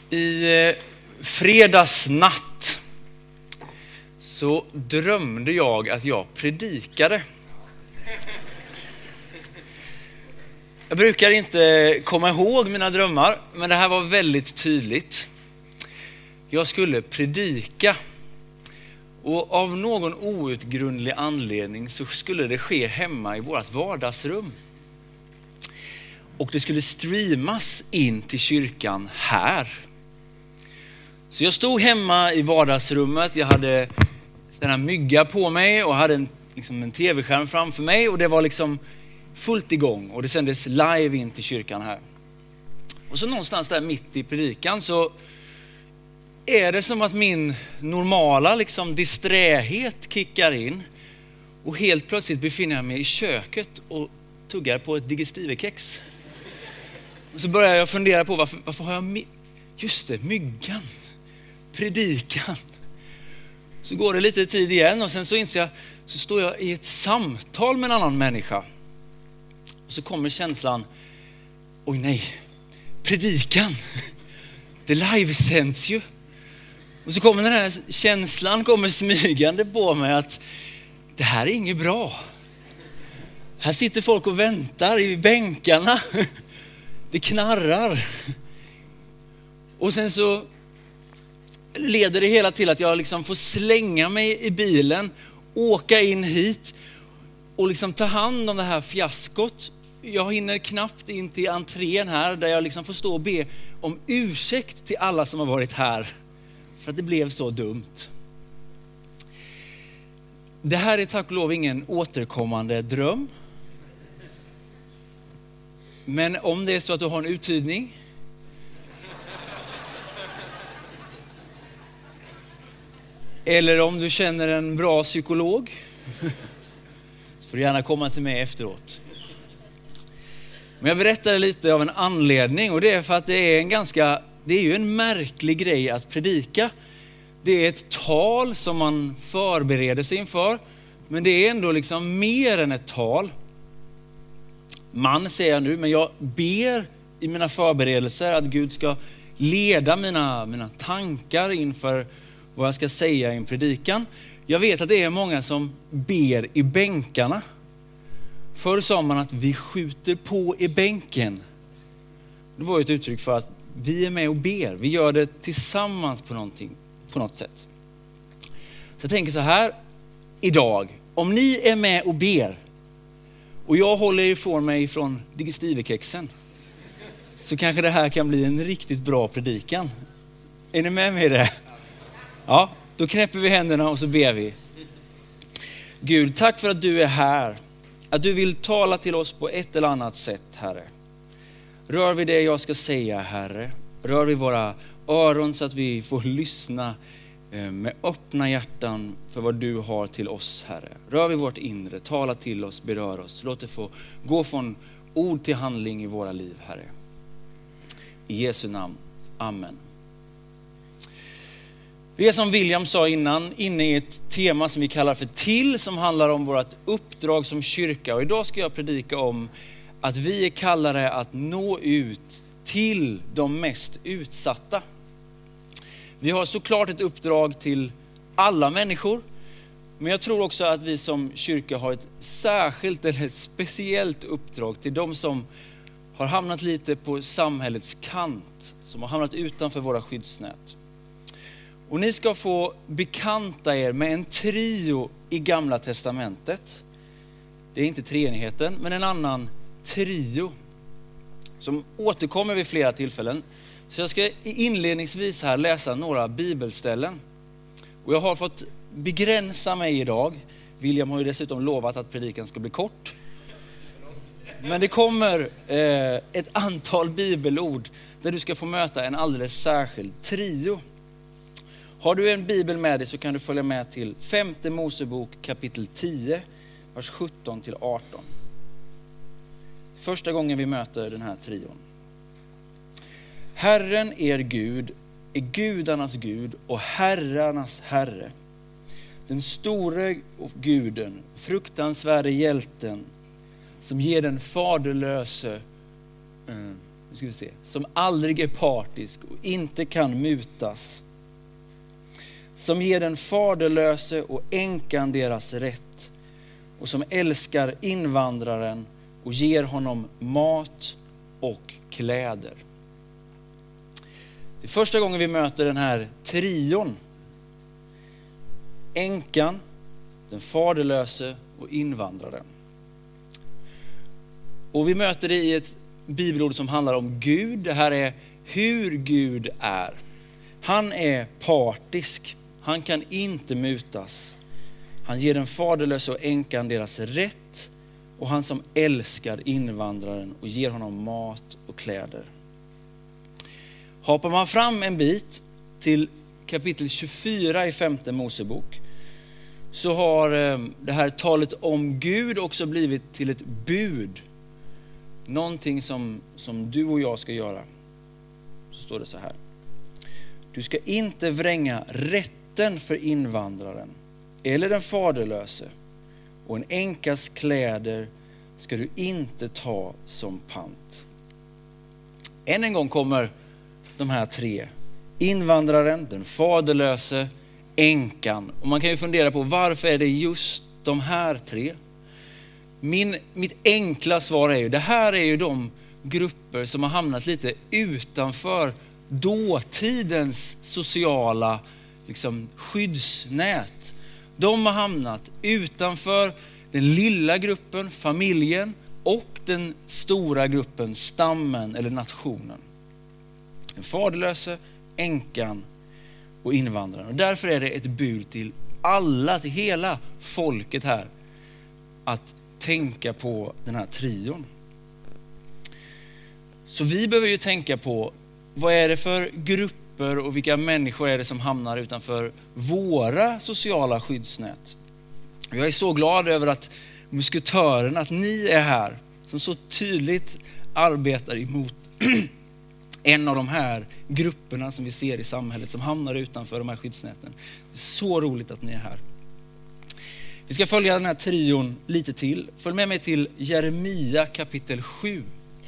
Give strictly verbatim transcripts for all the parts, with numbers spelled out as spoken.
I fredags natt så drömde jag att jag predikade. Jag brukar inte komma ihåg mina drömmar, men det här var väldigt tydligt. Jag skulle predika. Och av någon outgrundlig anledning så skulle det ske hemma i vårt vardagsrum. Och det skulle streamas in till kyrkan här. Så jag stod hemma i vardagsrummet. Jag hade den här mygga på mig och hade en, liksom en tv-skärm framför mig. Och det var liksom fullt igång. Och det sändes live in till kyrkan här. Och så någonstans där mitt i predikan så är det som att min normala liksom disträhet kickar in. Och helt plötsligt befinner jag mig i köket och tuggar på ett digestivekex. Och så börjar jag fundera på varför, varför har jag... My- Just det, myggan. Predikan. Så går det lite tid igen och sen så inser jag, så står jag i ett samtal med en annan människa. Och så kommer känslan, oj nej, predikan. Det livesänds ju. Och så kommer den här känslan kommer smygande på mig att det här är inget bra. Här sitter folk och väntar i bänkarna. Det knarrar. Och sen så leder det hela till att jag liksom får slänga mig i bilen, åka in hit och liksom ta hand om det här fiaskot. Jag hinner knappt in till entrén här där jag liksom får stå och be om ursäkt till alla som har varit här för att det blev så dumt. Det här är tack och lov ingen återkommande dröm. Men om det är så att du har en uttydning eller om du känner en bra psykolog så får du gärna komma till mig efteråt. Men jag berättar lite av en anledning och det är för att det är en ganska, det är ju en märklig grej att predika. Det är ett tal som man förbereder sig inför, men det är ändå liksom mer än ett tal. Man säger jag nu, men jag ber i mina förberedelser att Gud ska leda mina, mina tankar inför vad jag ska säga i en predikan. Jag vet att det är många som ber i bänkarna. Förr sa man att vi skjuter på i bänken. Det var ett uttryck för att vi är med och ber. Vi gör det tillsammans på någonting, på något sätt. Så jag tänker så här, idag, om ni är med och ber och jag håller ifrån mig från digestivekexen, så kanske det här kan bli en riktigt bra predikan. Är ni med mig i det? Ja, då knäpper vi händerna och så ber vi. Gud, tack för att du är här. Att du vill tala till oss på ett eller annat sätt, Herre. Rör vi det jag ska säga, Herre. Rör vi våra öron så att vi får lyssna med öppna hjärtan för vad du har till oss, Herre. Rör vi vårt inre, tala till oss, berör oss. Låt det få gå från ord till handling i våra liv, Herre. I Jesu namn. Amen. Vi är, som William sa innan, inne i ett tema som vi kallar för till, som handlar om vårt uppdrag som kyrka. Och idag ska jag predika om att vi är kallade att nå ut till de mest utsatta. Vi har såklart ett uppdrag till alla människor, men jag tror också att vi som kyrka har ett särskilt eller ett speciellt uppdrag till de som har hamnat lite på samhällets kant, som har hamnat utanför våra skyddsnät. Och ni ska få bekanta er med en trio i Gamla testamentet. Det är inte treenigheten, men en annan trio som återkommer vid flera tillfällen. Så jag ska inledningsvis här läsa några bibelställen. Och jag har fått begränsa mig idag. William har ju dessutom lovat att predikan ska bli kort. Men det kommer eh, ett antal bibelord där du ska få möta en alldeles särskild trio. Har du en bibel med dig så kan du följa med till femte Mosebok kapitel tio, vers sjutton till arton. Första gången vi möter den här trion. Herren er Gud är gudarnas Gud och herrarnas Herre. Den store guden, fruktansvärde hjälten som ger den faderlöse, eh, ska vi se, som aldrig är partisk och inte kan mutas. Som ger den faderlöse och änkan deras rätt. Och som älskar invandraren och ger honom mat och kläder. Det är första gången vi möter den här trion. Änkan, den faderlöse och invandraren. Och vi möter det i ett bibelord som handlar om Gud. Det här är hur Gud är. Han är partisk. Han kan inte mutas. Han ger den faderlösa och änkan deras rätt. Och han som älskar invandraren och ger honom mat och kläder. Hoppar man fram en bit till kapitel tjugofyra i femte Mosebok, så har det här talet om Gud också blivit till ett bud. Någonting som, som du och jag ska göra. Så står det så här. Du ska inte vränga rätten för invandraren eller den faderlöse, och en änkas kläder ska du inte ta som pant. Än en gång kommer de här tre. Invandraren, den faderlöse, änkan. Och man kan ju fundera på varför är det just de här tre? Min, mitt enkla svar är ju, det här är ju de grupper som har hamnat lite utanför dåtidens sociala liksom, skyddsnät. De har hamnat utanför den lilla gruppen, familjen, och den stora gruppen, stammen eller nationen. Den faderlöse, änkan och invandraren. Och därför är det ett bud till alla, till hela folket här, att tänka på den här trion. Så vi behöver ju tänka på vad är det för grupper och vilka människor är det som hamnar utanför våra sociala skyddsnät. Jag är så glad över att musketörerna, att ni är här som så tydligt arbetar emot en av de här grupperna som vi ser i samhället som hamnar utanför de här skyddsnäten. Det är så roligt att ni är här. Vi ska följa den här trion lite till. Följ med mig till Jeremia kapitel sju.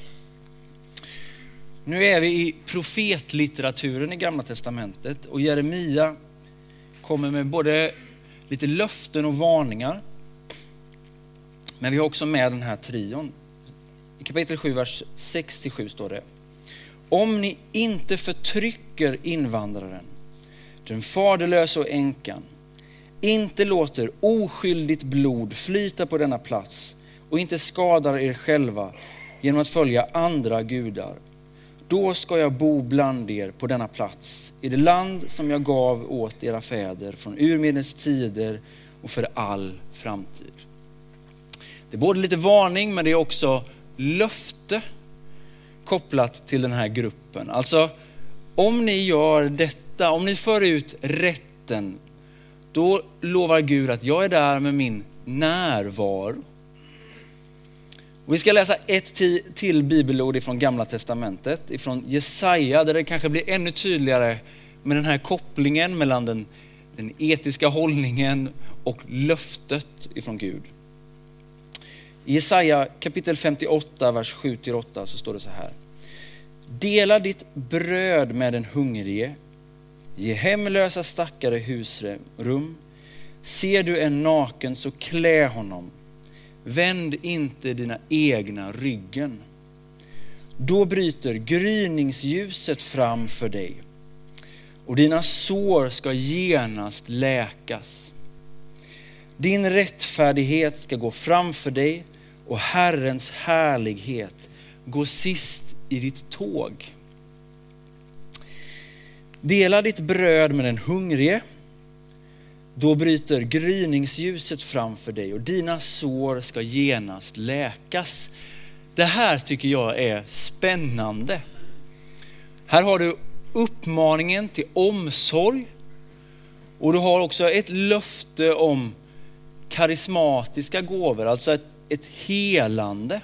Nu är vi i profetlitteraturen i Gamla testamentet, och Jeremia kommer med både lite löften och varningar. Men vi har också med den här trion. I kapitel sju, vers sex till sju står det: om ni inte förtrycker invandraren, den faderlösa och änkan, inte låter oskyldigt blod flyta på denna plats och inte skadar er själva genom att följa andra gudar, då ska jag bo bland er på denna plats, i det land som jag gav åt era fäder från urminnes tider och för all framtid. Det är både lite varning, men det är också löfte kopplat till den här gruppen. Alltså, om ni gör detta, om ni för ut rätten, då lovar Gud att jag är där med min närvaro. Och vi ska läsa ett till bibelord från Gamla testamentet, ifrån Jesaja, där det kanske blir ännu tydligare med den här kopplingen mellan den, den etiska hållningen och löftet ifrån Gud. I Jesaja kapitel femtioåtta, vers sju till åtta så står det så här: dela ditt bröd med den hungrige, ge hemlösa stackare husrum, ser du en naken så klä honom, vänd inte dina egna ryggen. Då bryter gryningsljuset fram för dig och dina sår ska genast läkas. Din rättfärdighet ska gå framför dig och Herrens härlighet gå sist i ditt tåg. Dela ditt bröd med den hungrige, då bryter gryningsljuset framför dig och dina sår ska genast läkas. Det här tycker jag är spännande. Här har du uppmaningen till omsorg, och du har också ett löfte om karismatiska gåvor, alltså ett, ett helande.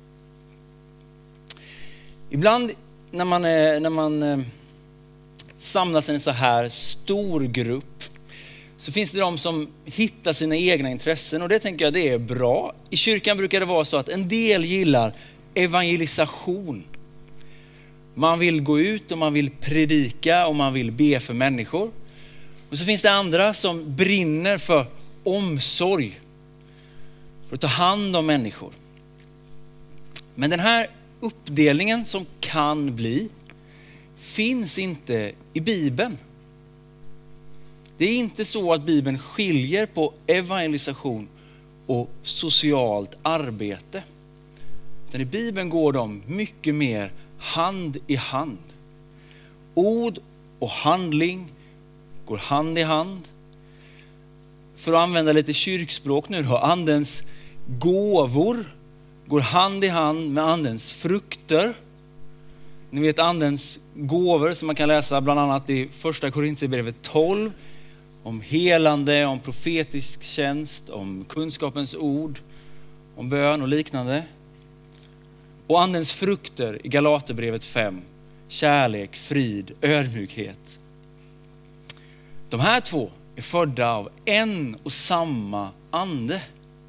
Ibland när man, när man samlas i en så här stor grupp, så finns det de som hittar sina egna intressen, och det tänker jag det är bra. I kyrkan brukar det vara så att en del gillar evangelisation. Man vill gå ut och man vill predika och man vill be för människor. Och så finns det andra som brinner för omsorg, för att ta hand om människor. Men den här uppdelningen som kan bli finns inte i Bibeln. Det är inte så att Bibeln skiljer på evangelisation och socialt arbete. Utan i Bibeln går de mycket mer hand i hand. Ord och handling går hand i hand. För att använda lite kyrkspråk nu då, andens gåvor går hand i hand med andens frukter. Ni vet andens gåvor som man kan läsa bland annat i första Korinthierbrevet tolv. Om helande, om profetisk tjänst, om kunskapens ord, om bön och liknande. Och andens frukter i Galaterbrevet fem. Kärlek, frid, ödmjukhet. De här två är födda av en och samma ande.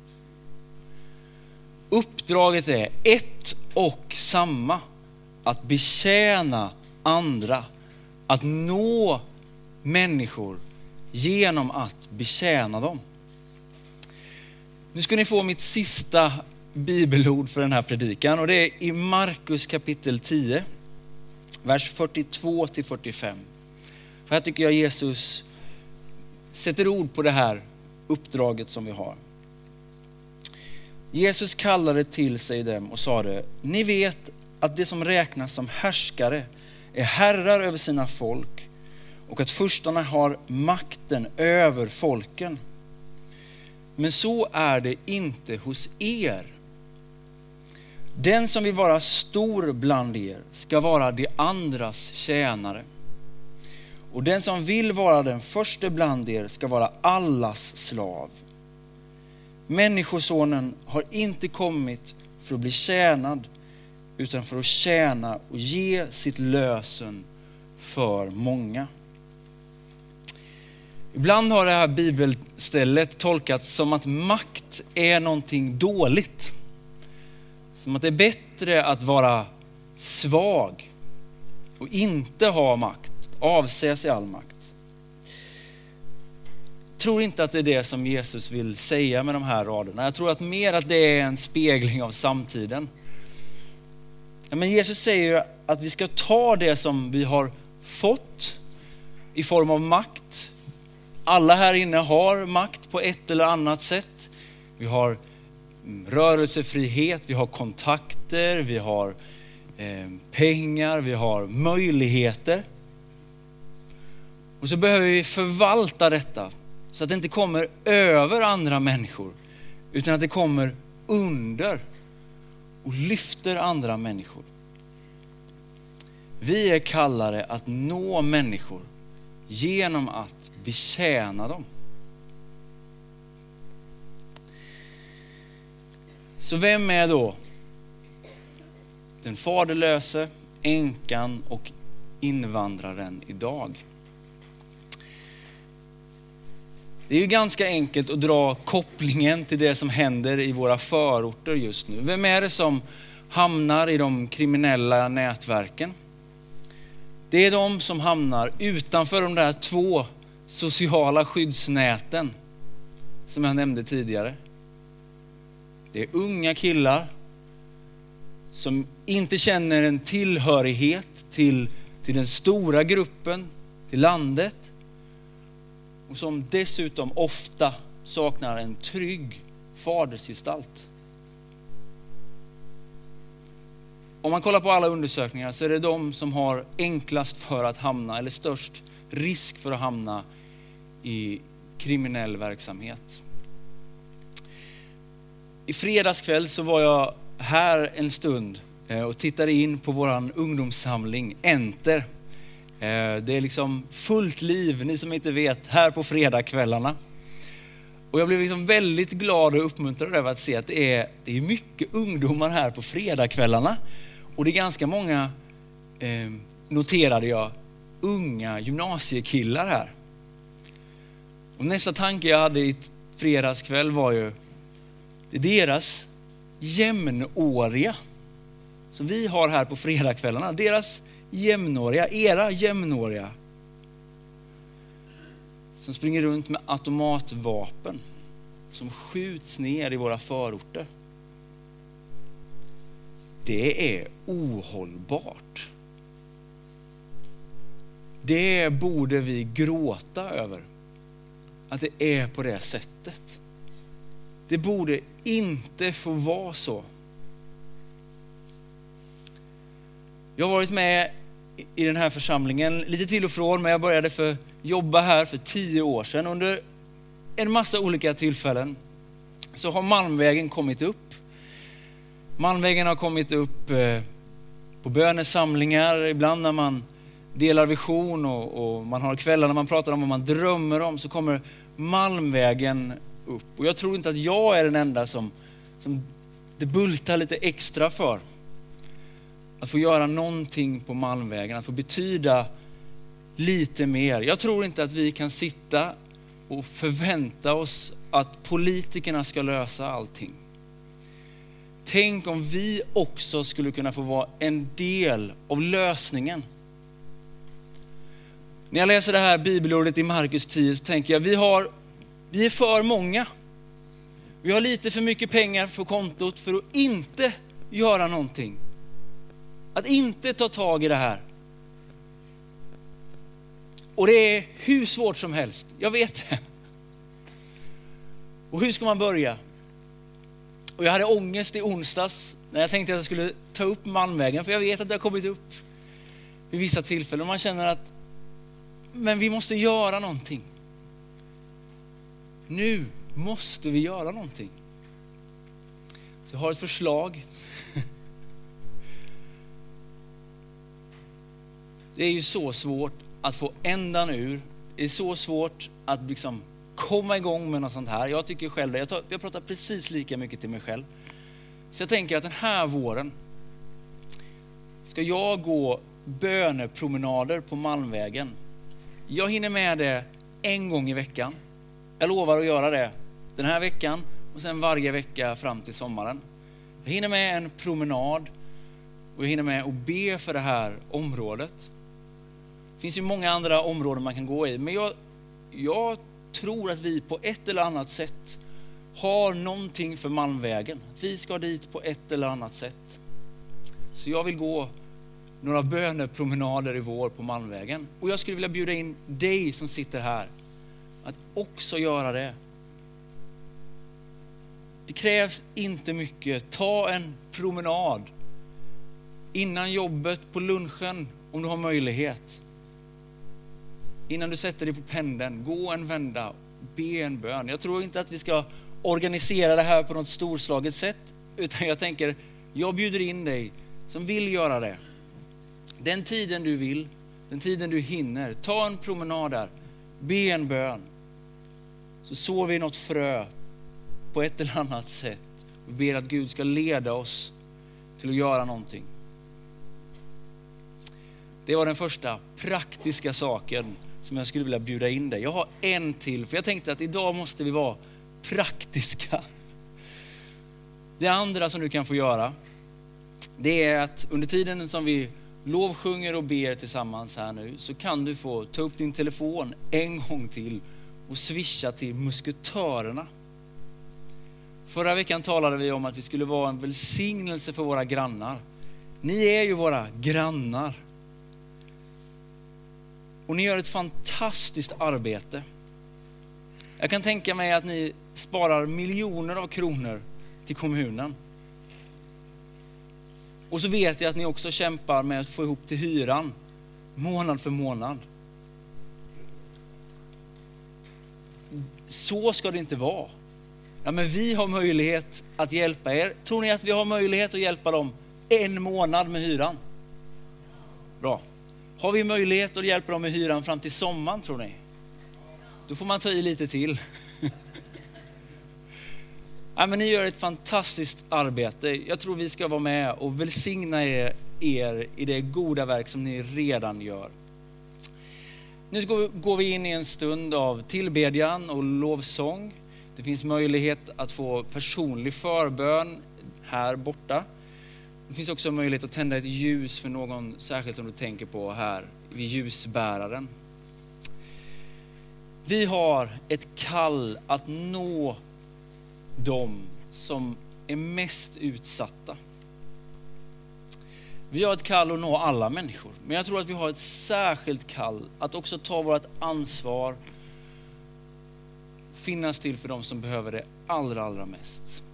Uppdraget är ett och samma. Att betjäna andra. Att nå människor genom att betjäna dem. Nu ska ni få mitt sista bibelord för den här predikan. Och det är i Markus kapitel tio. Vers fyrtiotvå till fyrtiofem. För här tycker jag Jesus sätter ord på det här uppdraget som vi har. Jesus kallade till sig dem och sa det: ni vet att det som räknas som härskare är herrar över sina folk och att furstarna har makten över folken. Men så är det inte hos er. Den som vill vara stor bland er ska vara de andras tjänare. Och den som vill vara den första bland er ska vara allas slav. Människosonen har inte kommit för att bli tjänad utan för att tjäna och ge sitt lösen för många. Ibland har det här bibelstället tolkats som att makt är någonting dåligt. Som att det är bättre att vara svag och inte ha makt, avsäga sig all makt. Jag tror inte att det är det som Jesus vill säga med de här raderna. Jag tror att mer att det är en spegling av samtiden. Ja, men Jesus säger ju att vi ska ta det som vi har fått i form av makt. Alla här inne har makt på ett eller annat sätt. Vi har rörelsefrihet, vi har kontakter, vi har eh, pengar, vi har möjligheter. Och så behöver vi förvalta detta så att det inte kommer över andra människor utan att det kommer under och lyfter andra människor. Vi är kallade att nå människor genom att betjäna dem. Så vem är då den faderlöse, änkan och invandraren idag? Det är ju ganska enkelt att dra kopplingen till det som händer i våra förorter just nu. Vem är det som hamnar i de kriminella nätverken? Det är de som hamnar utanför de där två sociala skyddsnäten som jag nämnde tidigare. Det är unga killar som inte känner en tillhörighet till, till den stora gruppen, till landet. Och som dessutom ofta saknar en trygg fadersgestalt. Om man kollar på alla undersökningar så är det de som har enklast för att hamna, eller störst risk för att hamna i kriminell verksamhet. I fredagskväll så var jag här en stund och tittade in på våran ungdomssamling Enter. Det är liksom fullt liv, ni som inte vet, här på fredagskvällarna. Och jag blev liksom väldigt glad och uppmuntrad över att se att det är, det är mycket ungdomar här på fredagskvällarna. Och det är ganska många, eh, noterade jag, unga gymnasiekillar här. Och nästa tanke jag hade i fredagskväll var ju, det är deras jämnåriga som vi har här på fredagskvällarna. Deras jämnåriga, era jämnåriga, som springer runt med automatvapen som skjuts ner i våra förorter. Det är ohållbart. Det borde vi gråta över, att det är på det sättet. Det borde inte få vara så. Jag har varit med i den här församlingen lite till och från, men jag började för jobba här för tio år sedan. Under en massa olika tillfällen så har Malmvägen kommit upp. Malmvägen har kommit upp på bönesamlingar, ibland när man delar vision och, och man har kvällar när man pratar om vad man drömmer om, så kommer Malmvägen upp. Och jag tror inte att jag är den enda som, som det bultar lite extra för. Att få göra någonting på Malmvägen, att få betyda lite mer. Jag tror inte att vi kan sitta och förvänta oss att politikerna ska lösa allting. Tänk om vi också skulle kunna få vara en del av lösningen. När jag läser det här bibelordet i Markus tio så tänker jag, vi, har, vi är för många. Vi har lite för mycket pengar på kontot för att inte göra någonting. Att inte ta tag i det här. Och det är hur svårt som helst, jag vet det. Och hur ska man börja? Och jag hade ångest i onsdags när jag tänkte att jag skulle ta upp Malmvägen, för jag vet att det har kommit upp vid vissa tillfällen. Och man känner att men vi måste göra någonting. Nu måste vi göra någonting. Så jag har ett förslag. Det är ju så svårt att få ändan ur. Det är så svårt att liksom komma igång med något sånt här. Jag tycker själv det. Jag, tar, jag pratar precis lika mycket till mig själv. Så jag tänker att den här våren ska jag gå bönepromenader på Malmvägen. Jag hinner med det en gång i veckan. Jag lovar att göra det den här veckan och sen varje vecka fram till sommaren. Jag hinner med en promenad och jag hinner med att be för det här området. Det finns ju många andra områden man kan gå i, men jag, jag tror att vi på ett eller annat sätt har någonting för Malmvägen. Vi ska dit på ett eller annat sätt. Så jag vill gå några bönepromenader i vår på Malmvägen. Och jag skulle vilja bjuda in dig som sitter här att också göra det. Det krävs inte mycket. Ta en promenad innan jobbet, på lunchen om du har möjlighet. Innan du sätter dig på pendeln, gå en vända, be en bön. Jag tror inte att vi ska organisera det här på något storslaget sätt, utan jag tänker, jag bjuder in dig som vill göra det. Den tiden du vill, den tiden du hinner, ta en promenad där, be en bön. Så sår vi något frö på ett eller annat sätt och ber att Gud ska leda oss till att göra någonting. Det var den första praktiska saken som jag skulle vilja bjuda in dig. Jag har en till, för jag tänkte att idag måste vi vara praktiska. Det andra som du kan få göra, det är att under tiden som vi lovsjunger och ber tillsammans här nu, så kan du få ta upp din telefon en gång till och swisha till musketörerna. Förra veckan talade vi om att vi skulle vara en välsignelse för våra grannar. Ni är ju våra grannar. Och ni gör ett fantastiskt arbete. Jag kan tänka mig att ni sparar miljoner av kronor till kommunen. Och så vet jag att ni också kämpar med att få ihop till hyran månad för månad. Så ska det inte vara. Ja, men vi har möjlighet att hjälpa er. Tror ni att vi har möjlighet att hjälpa dem en månad med hyran? Bra. Har vi möjlighet att hjälpa dem med hyran fram till sommaren, tror ni? Då får man ta i lite till. Ja, men ni gör ett fantastiskt arbete. Jag tror vi ska vara med och välsigna er, er i det goda verk som ni redan gör. Nu går vi in i en stund av tillbedjan och lovsång. Det finns möjlighet att få personlig förbön här borta. Det finns också möjlighet att tända ett ljus för någon särskilt som du tänker på här vid ljusbäraren. Vi har ett kall att nå dem som är mest utsatta. Vi har ett kall att nå alla människor, men jag tror att vi har ett särskilt kall att också ta vårt ansvar, finnas till för dem som behöver det allra, allra mest.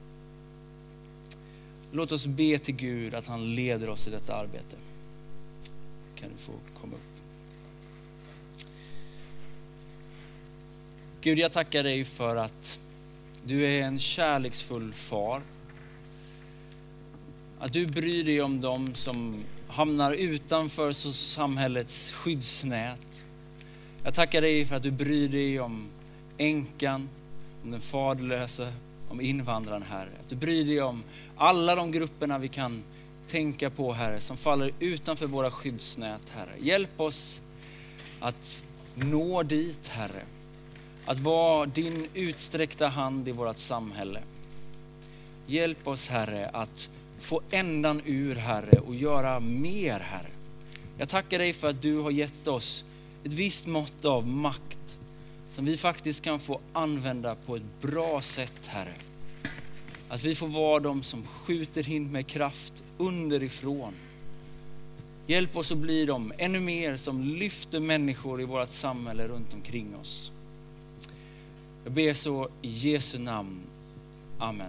Låt oss be till Gud att han leder oss i detta arbete. Kan du få komma upp. Gud, jag tackar dig för att du är en kärleksfull far. Att du bryr dig om dem som hamnar utanför så samhällets skyddsnät. Jag tackar dig för att du bryr dig om änkan, om den faderlösa, om invandraren, Herre. Att du bryr dig om alla de grupperna vi kan tänka på, Herre, som faller utanför våra skyddsnät, Herre. Hjälp oss att nå dit, Herre. Att vara din utsträckta hand i vårt samhälle. Hjälp oss, Herre, att få ändan ur, Herre, och göra mer, Herre. Jag tackar dig för att du har gett oss ett visst mått av makt som vi faktiskt kan få använda på ett bra sätt, Herre. Att vi får vara de som skjuter in med kraft underifrån. Hjälp oss att bli de ännu mer som lyfter människor i vårt samhälle runt omkring oss. Jag ber så i Jesu namn. Amen.